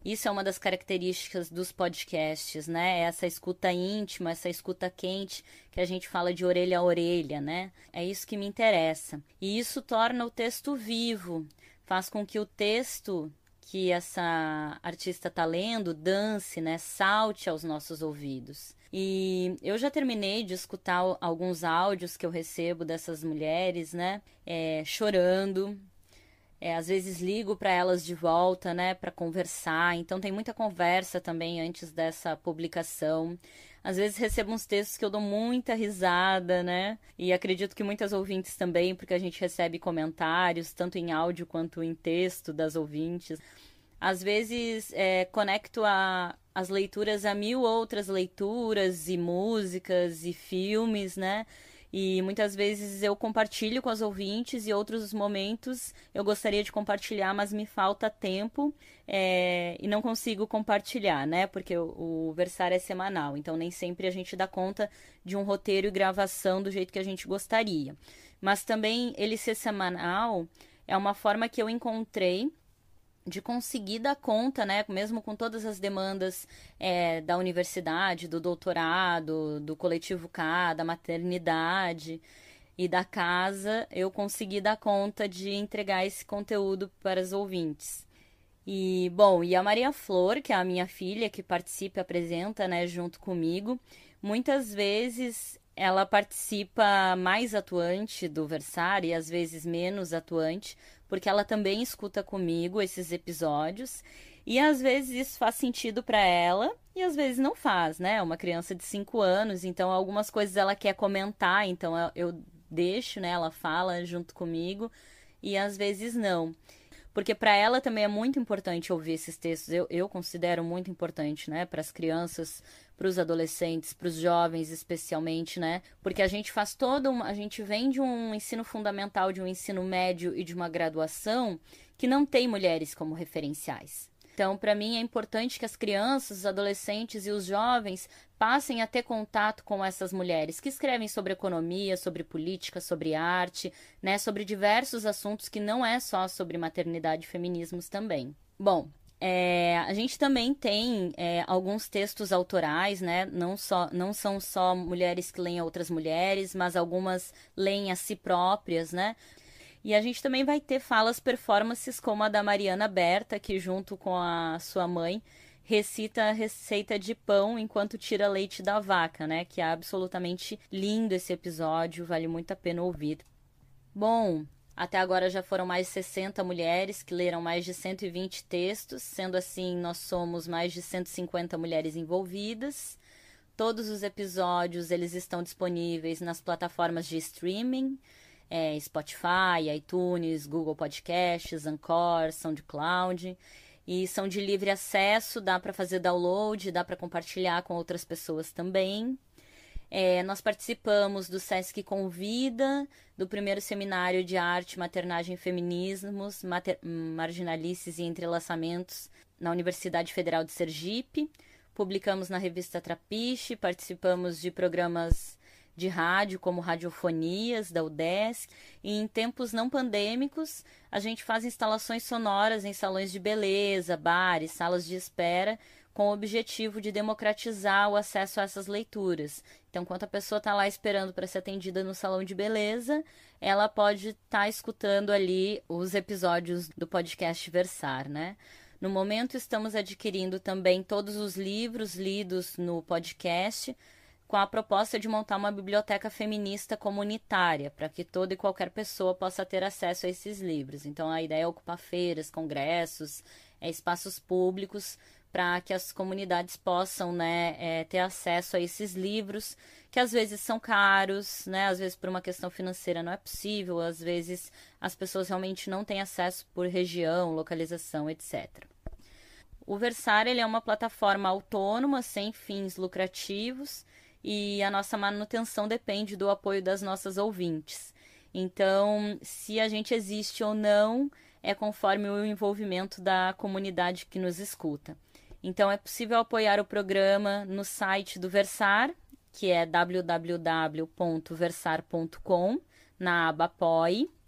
Isso é uma das características dos podcasts, né? Essa escuta íntima, essa escuta quente, que a gente fala de orelha a orelha, né? É isso que me interessa. E isso torna o texto vivo, faz com que o texto que essa artista está lendo dance, né? Salte aos nossos ouvidos. E eu já terminei de escutar alguns áudios que eu recebo dessas mulheres, né? É, chorando. É, às vezes ligo para elas de volta, né, para conversar. Então tem muita conversa também antes dessa publicação. Às vezes recebo uns textos que eu dou muita risada, né? E acredito que muitas ouvintes também, porque a gente recebe comentários, tanto em áudio quanto em texto das ouvintes. Às vezes é, conecto a, as leituras a mil outras leituras e músicas e filmes, né? E muitas vezes eu compartilho com as ouvintes e outros momentos eu gostaria de compartilhar, mas me falta tempo é, e não consigo compartilhar, né? Porque o, o Versar é semanal, então nem sempre a gente dá conta de um roteiro e gravação do jeito que a gente gostaria. Mas também ele ser semanal é uma forma que eu encontrei de conseguir dar conta, né, mesmo com todas as demandas é, da universidade, do doutorado, do coletivo K, da maternidade e da casa, eu consegui dar conta de entregar esse conteúdo para os ouvintes. E, bom, e a Maria Flor, que é a minha filha, que participa e apresenta, né, junto comigo, muitas vezes ela participa mais atuante do Versar e às vezes menos atuante, porque ela também escuta comigo esses episódios e às vezes isso faz sentido para ela e às vezes não faz, né? É uma criança de cinco anos, então algumas coisas ela quer comentar, então eu deixo, né? Ela fala junto comigo e às vezes não. Porque para ela também é muito importante ouvir esses textos, eu, eu considero muito importante, né? Para as crianças, para os adolescentes, para os jovens especialmente, né? Porque a gente faz todo, um, a gente vem de um ensino fundamental, de um ensino médio e de uma graduação que não tem mulheres como referenciais. Então, para mim é importante que as crianças, os adolescentes e os jovens passem a ter contato com essas mulheres que escrevem sobre economia, sobre política, sobre arte, né, sobre diversos assuntos que não é só sobre maternidade e feminismos também. Bom, é, a gente também tem é, alguns textos autorais, né, não, só, não são só mulheres que leem a outras mulheres, mas algumas leem a si próprias, né? E a gente também vai ter falas performances como a da Mariana Berta, que junto com a sua mãe recita a receita de pão enquanto tira leite da vaca, né? Que é absolutamente lindo esse episódio, vale muito a pena ouvir. Bom, até agora já foram mais de sessenta mulheres que leram mais de cento e vinte textos, sendo assim nós somos mais de cento e cinquenta mulheres envolvidas. Todos os episódios eles estão disponíveis nas plataformas de streaming, É, Spotify, iTunes, Google Podcasts, Anchor, SoundCloud, e são de livre acesso, dá para fazer download, dá para compartilhar com outras pessoas também. É, nós participamos do Sesc Convida, do primeiro seminário de arte, maternagem e feminismos, mater, marginalices e entrelaçamentos na Universidade Federal de Sergipe. Publicamos na revista Trapiche, participamos de programas de rádio, como Radiofonias, da U D E S C, e em tempos não pandêmicos, a gente faz instalações sonoras em salões de beleza, bares, salas de espera, com o objetivo de democratizar o acesso a essas leituras. Então, enquanto a pessoa está lá esperando para ser atendida no salão de beleza, ela pode estar tá escutando ali os episódios do podcast Versar, né? No momento, estamos adquirindo também todos os livros lidos no podcast, com a proposta de montar uma biblioteca feminista comunitária, para que toda e qualquer pessoa possa ter acesso a esses livros. Então, a ideia é ocupar feiras, congressos, é, espaços públicos, para que as comunidades possam, né, é, ter acesso a esses livros, que às vezes são caros, né, às vezes por uma questão financeira não é possível, às vezes as pessoas realmente não têm acesso por região, localização, etcétera. O Versar ele é uma plataforma autônoma, sem fins lucrativos, e a nossa manutenção depende do apoio das nossas ouvintes. Então, se a gente existe ou não, é conforme o envolvimento da comunidade que nos escuta. Então, é possível apoiar o programa no site do Versar, que é w w w ponto versar ponto com, na aba Apoie.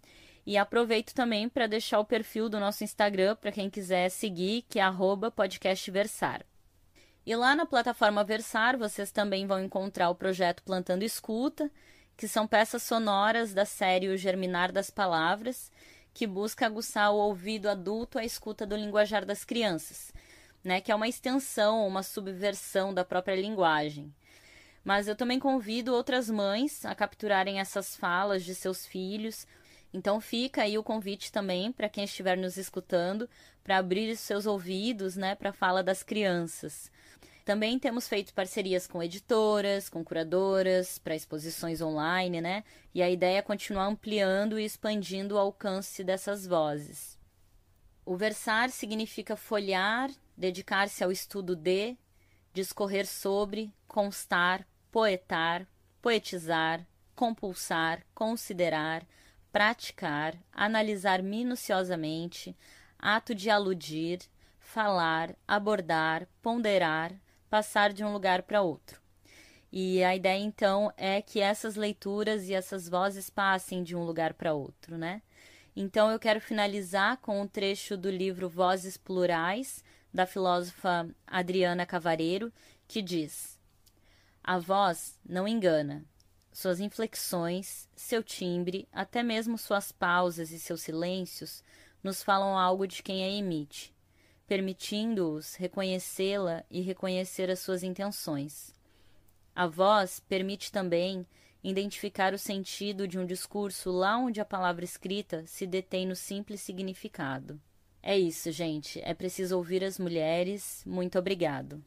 E aproveito também para deixar o perfil do nosso Instagram para quem quiser seguir, que é arroba podcastversar. E lá na plataforma Versar, vocês também vão encontrar o projeto Plantando Escuta, que são peças sonoras da série O Germinar das Palavras, que busca aguçar o ouvido adulto à escuta do linguajar das crianças, né, que é uma extensão, uma subversão da própria linguagem. Mas eu também convido outras mães a capturarem essas falas de seus filhos. Então fica aí o convite também para quem estiver nos escutando, para abrir os seus ouvidos, né, para a fala das crianças. Também temos feito parcerias com editoras, com curadoras, para exposições online, né? E a ideia é continuar ampliando e expandindo o alcance dessas vozes. O versar significa folhear, dedicar-se ao estudo de, discorrer sobre, constar, poetar, poetizar, compulsar, considerar, praticar, analisar minuciosamente, ato de aludir, falar, abordar, ponderar, passar de um lugar para outro. E a ideia, então, é que essas leituras e essas vozes passem de um lugar para outro, né? Então, eu quero finalizar com um trecho do livro Vozes Plurais, da filósofa Adriana Cavareiro, que diz: a voz não engana. Suas inflexões, seu timbre, até mesmo suas pausas e seus silêncios nos falam algo de quem a emite, permitindo-os reconhecê-la e reconhecer as suas intenções. A voz permite também identificar o sentido de um discurso lá onde a palavra escrita se detém no simples significado. É isso, gente. É preciso ouvir as mulheres. Muito obrigado.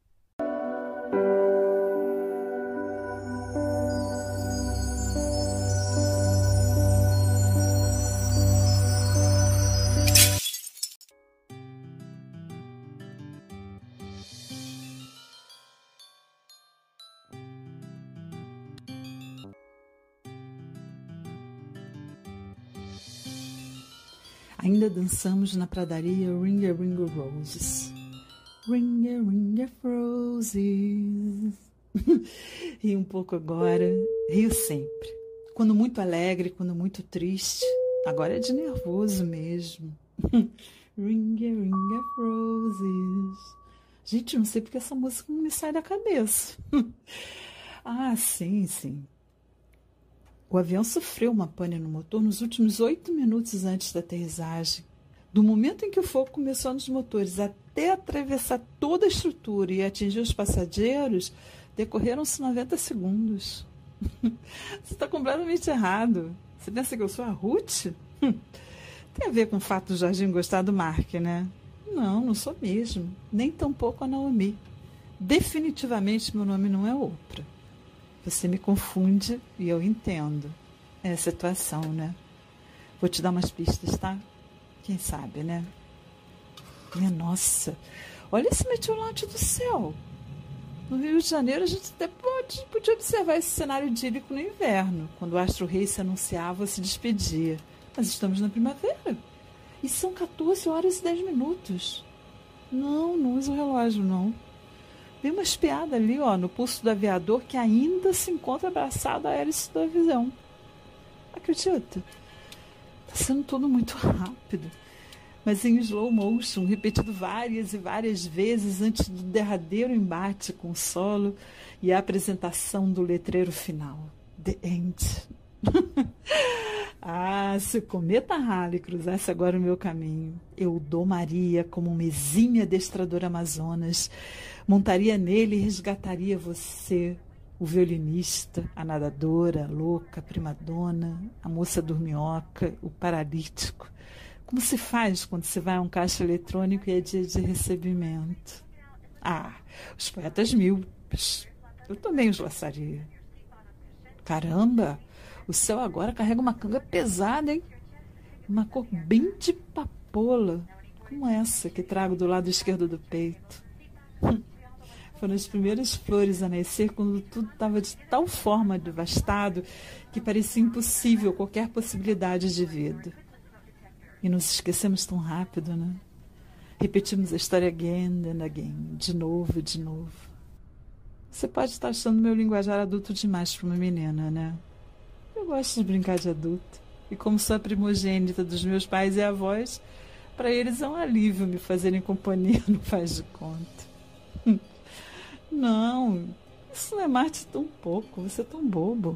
Ainda dançamos na pradaria Ring a Ring of Roses. Ring a Ring of Roses. Rio um pouco agora, rio sempre. Quando muito alegre, quando muito triste. Agora é de nervoso mesmo. Ring a Ring of Roses. Gente, não sei porque essa música não me sai da cabeça. Ah, sim, sim. O avião sofreu uma pane no motor nos últimos oito minutos antes da aterrissagem. Do momento em que o fogo começou nos motores até atravessar toda a estrutura e atingir os passageiros, decorreram-se noventa segundos. Você está completamente errado. Você pensa que eu sou a Ruth? Tem a ver com o fato do Jorginho gostar do Mark, né? Não, não sou mesmo. Nem tampouco a Naomi. Definitivamente meu nome não é Oprah. Você me confunde e eu entendo. É a situação, né? Vou te dar umas pistas, tá? Quem sabe, né? Minha nossa, olha esse meteorite do céu. No Rio de Janeiro, a gente até pode, podia observar esse cenário idílico no inverno, quando o astro-rei se anunciava se despedia. Mas estamos na primavera. E são quatorze horas e dez minutos. Não, não usa o relógio, não. Tem uma espiada ali, ó, no pulso do aviador que ainda se encontra abraçado à hélice do avião. Acredita? Está sendo tudo muito rápido, mas em slow motion, repetido várias e várias vezes antes do derradeiro embate com o solo e a apresentação do letreiro final. The End. Ah, se o cometa Halley cruzasse agora o meu caminho, eu o domaria como uma exímia adestradora amazonas, montaria nele e resgataria você, o violinista, a nadadora, a louca, a primadona, a moça dorminhoca, o paralítico. Como se faz quando se vai a um caixa eletrônico e é dia de recebimento? Ah, os poetas míopes. Eu também os laçaria. Caramba! O céu agora carrega uma canga pesada, hein? Uma cor bem de papoula, como essa que trago do lado esquerdo do peito. Foram as primeiras flores a nascer quando tudo estava de tal forma devastado que parecia impossível qualquer possibilidade de vida. E nos esquecemos tão rápido, né? Repetimos a história again and again, de novo e de novo. Você pode estar achando meu linguajar adulto demais para uma menina, né? Eu gosto de brincar de adulto. E como sou a primogênita dos meus pais e avós, para eles é um alívio me fazerem companhia, não faz de conta. Não, isso não é Marte tão pouco, você é tão bobo.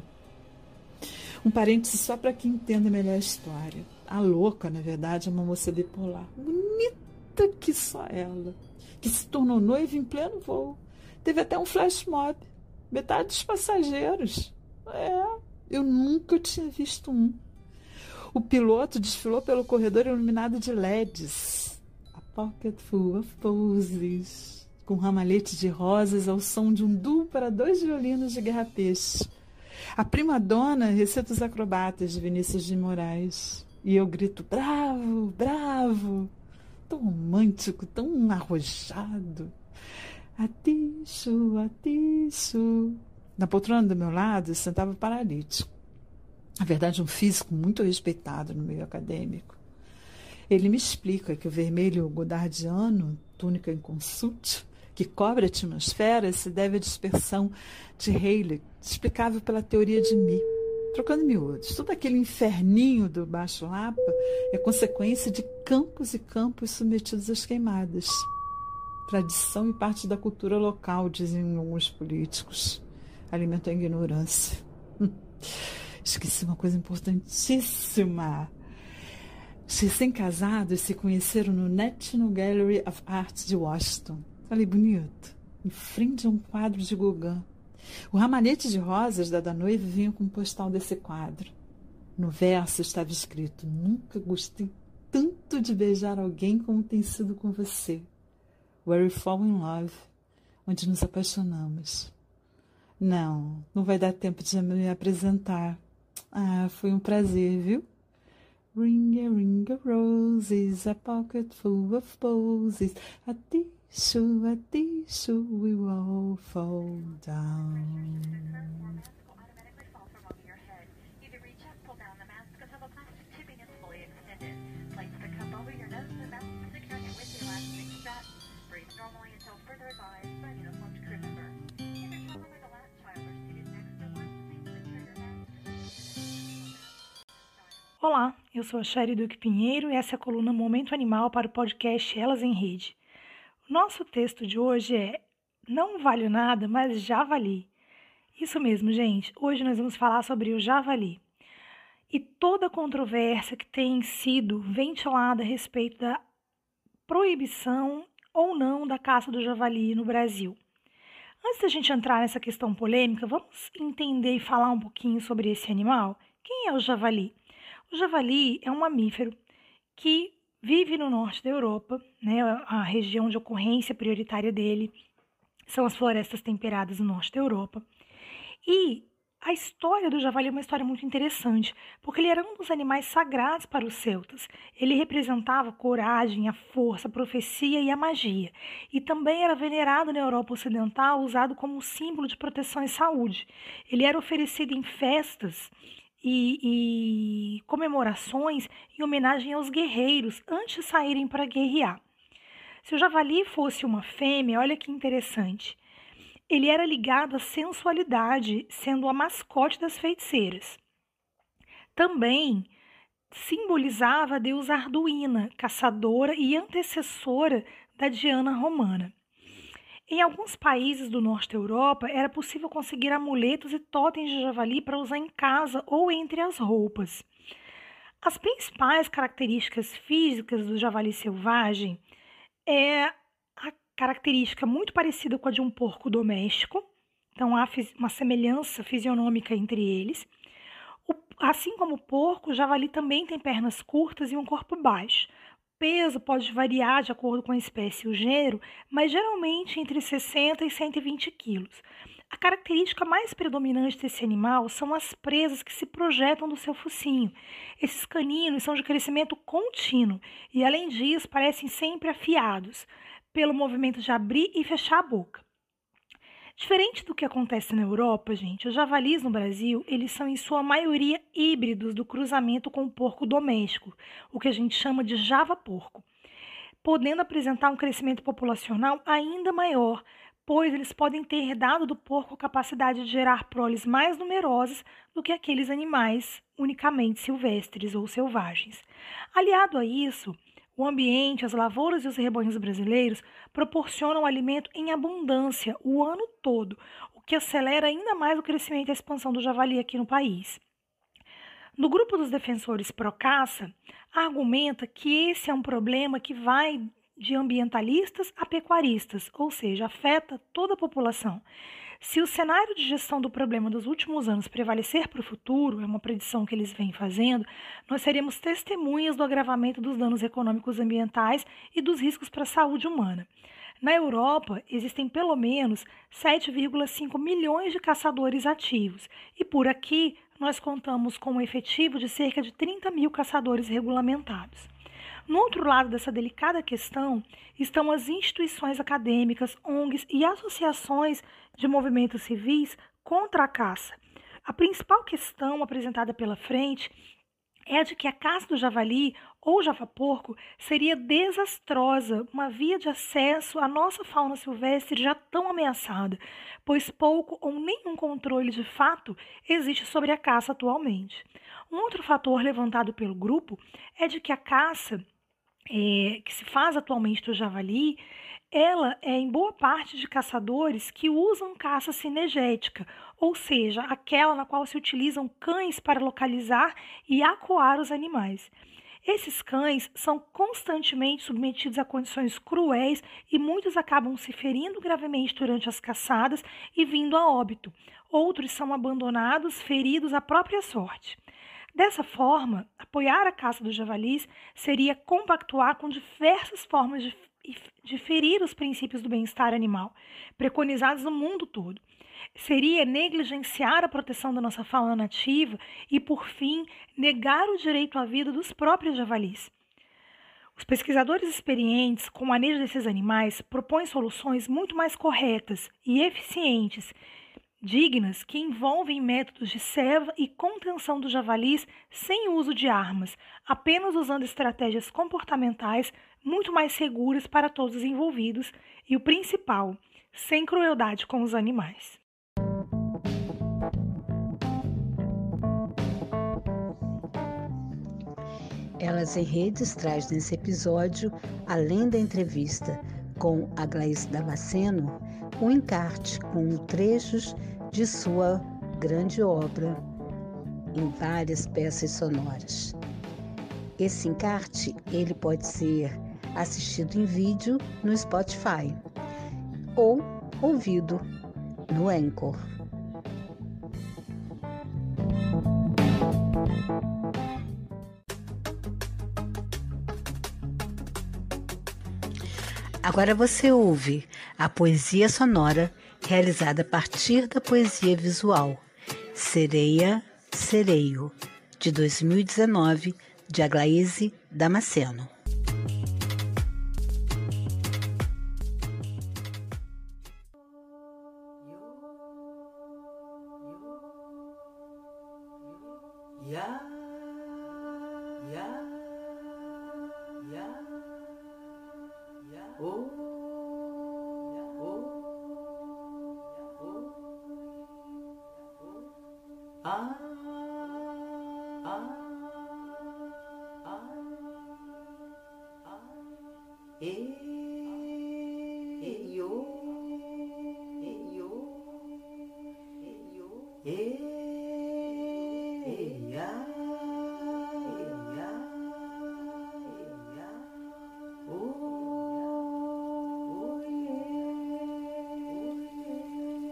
Um parêntese só para quem entenda melhor a história. A louca, na verdade, é uma moça bipolar, bonita que só ela, que se tornou noiva em pleno voo. Teve até um flash mob, metade dos passageiros. É, eu nunca tinha visto um. O piloto desfilou pelo corredor iluminado de L E Ds. A pocket full of posies, com ramalhete de rosas ao som de um duo para dois violinos de guerra-peixe. A prima-dona recita os acrobatas de Vinícius de Moraes. E eu grito, bravo, bravo. Tão romântico, tão arrojado. Atiço, atiço. Na poltrona do meu lado sentava o paralítico. Na verdade, um físico muito respeitado no meio acadêmico. Ele me explica que o vermelho godardiano, túnica inconsútil, que cobre a atmosfera, se deve à dispersão de Rayleigh, explicável pela teoria de Mie. Trocando miúdos, todo aquele inferninho do Baixo Lapa é consequência de campos e campos submetidos às queimadas. Tradição e parte da cultura local, dizem alguns políticos. Alimento a ignorância. Esqueci uma coisa importantíssima. Os recém-casados se conheceram no National Gallery of Art de Washington. Falei, bonito. Em frente a um quadro de Gauguin. O ramalhete de rosas da da noiva vinha com um postal desse quadro. No verso estava escrito: nunca gostei tanto de beijar alguém como tem sido com você. Where we fall in love. Onde nos apaixonamos. Não, não vai dar tempo de me apresentar. Ah, foi um prazer, viu? Ring a ring a roses, a pocket full of posies, a tissue, a tissue, we will all fall down. Olá, eu sou a Sherry Duque Pinheiro e essa é a coluna Momento Animal para o podcast Elas em Rede. O nosso texto de hoje é Não valho nada, mas javali. Isso mesmo, gente. Hoje nós vamos falar sobre o javali e toda a controvérsia que tem sido ventilada a respeito da proibição ou não da caça do javali no Brasil. Antes da gente entrar nessa questão polêmica, vamos entender e falar um pouquinho sobre esse animal. Quem é o javali? O javali é um mamífero que vive no norte da Europa, né? A região de ocorrência prioritária dele são as florestas temperadas no norte da Europa. E a história do javali é uma história muito interessante, porque ele era um dos animais sagrados para os celtas. Ele representava a coragem, a força, a profecia e a magia. E também era venerado na Europa Ocidental, usado como símbolo de proteção e saúde. Ele era oferecido em festas E, e comemorações em homenagem aos guerreiros antes de saírem para guerrear. Se o javali fosse uma fêmea, olha que interessante, ele era ligado à sensualidade, sendo a mascote das feiticeiras. Também simbolizava a deusa Arduina, caçadora e antecessora da Diana romana. Em alguns países do norte da Europa, era possível conseguir amuletos e totens de javali para usar em casa ou entre as roupas. As principais características físicas do javali selvagem é a característica muito parecida com a de um porco doméstico, então há uma semelhança fisionômica entre eles. O, assim como o porco, o javali também tem pernas curtas e um corpo baixo. O peso pode variar de acordo com a espécie e o gênero, mas geralmente entre sessenta e cento e vinte quilos. A característica mais predominante desse animal são as presas que se projetam do seu focinho. Esses caninos são de crescimento contínuo e, além disso, parecem sempre afiados, pelo movimento de abrir e fechar a boca. Diferente do que acontece na Europa, gente, os javalis no Brasil, eles são em sua maioria híbridos do cruzamento com o porco doméstico, o que a gente chama de java-porco, podendo apresentar um crescimento populacional ainda maior, pois eles podem ter herdado do porco a capacidade de gerar proles mais numerosas do que aqueles animais unicamente silvestres ou selvagens. Aliado a isso, o ambiente, as lavouras e os rebanhos brasileiros proporcionam alimento em abundância o ano todo, o que acelera ainda mais o crescimento e a expansão do javali aqui no país. No grupo dos defensores pró-caça, argumenta que esse é um problema que vai de ambientalistas a pecuaristas, ou seja, afeta toda a população. Se o cenário de gestão do problema dos últimos anos prevalecer para o futuro, é uma predição que eles vêm fazendo, nós seremos testemunhas do agravamento dos danos econômicos ambientais e dos riscos para a saúde humana. Na Europa, existem pelo menos sete vírgula cinco milhões de caçadores ativos, e por aqui nós contamos com um efetivo de cerca de trinta mil caçadores regulamentados. No outro lado dessa delicada questão estão as instituições acadêmicas, O N Gs e associações de movimentos civis contra a caça. A principal questão apresentada pela frente é a de que a caça do javali ou javaporco seria desastrosa, uma via de acesso à nossa fauna silvestre já tão ameaçada, pois pouco ou nenhum controle de fato existe sobre a caça atualmente. Um outro fator levantado pelo grupo é de que a caça É, que se faz atualmente do javali, ela é em boa parte de caçadores que usam caça cinegética, ou seja, aquela na qual se utilizam cães para localizar e acuar os animais. Esses cães são constantemente submetidos a condições cruéis e muitos acabam se ferindo gravemente durante as caçadas e vindo a óbito. Outros são abandonados, feridos à própria sorte. Dessa forma, apoiar a caça dos javalis seria compactuar com diversas formas de, de ferir os princípios do bem-estar animal, preconizados no mundo todo. Seria negligenciar a proteção da nossa fauna nativa e, por fim, negar o direito à vida dos próprios javalis. Os pesquisadores experientes com o manejo desses animais propõem soluções muito mais corretas e eficientes, dignas, que envolvem métodos de ceva e contenção dos javalis sem uso de armas, apenas usando estratégias comportamentais muito mais seguras para todos os envolvidos e, o principal, sem crueldade com os animais. Elas em Redes traz nesse episódio, além da entrevista com a Aglaíce Damasceno, um encarte com trechos de sua grande obra em várias peças sonoras. Esse encarte ele pode ser assistido em vídeo no Spotify ou ouvido no Anchor. Agora você ouve a poesia sonora realizada a partir da poesia visual Sereia, Sereio, de dois mil e dezenove, de Aglaíce Damasceno.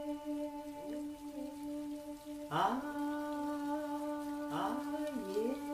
Ah, ah, yeah.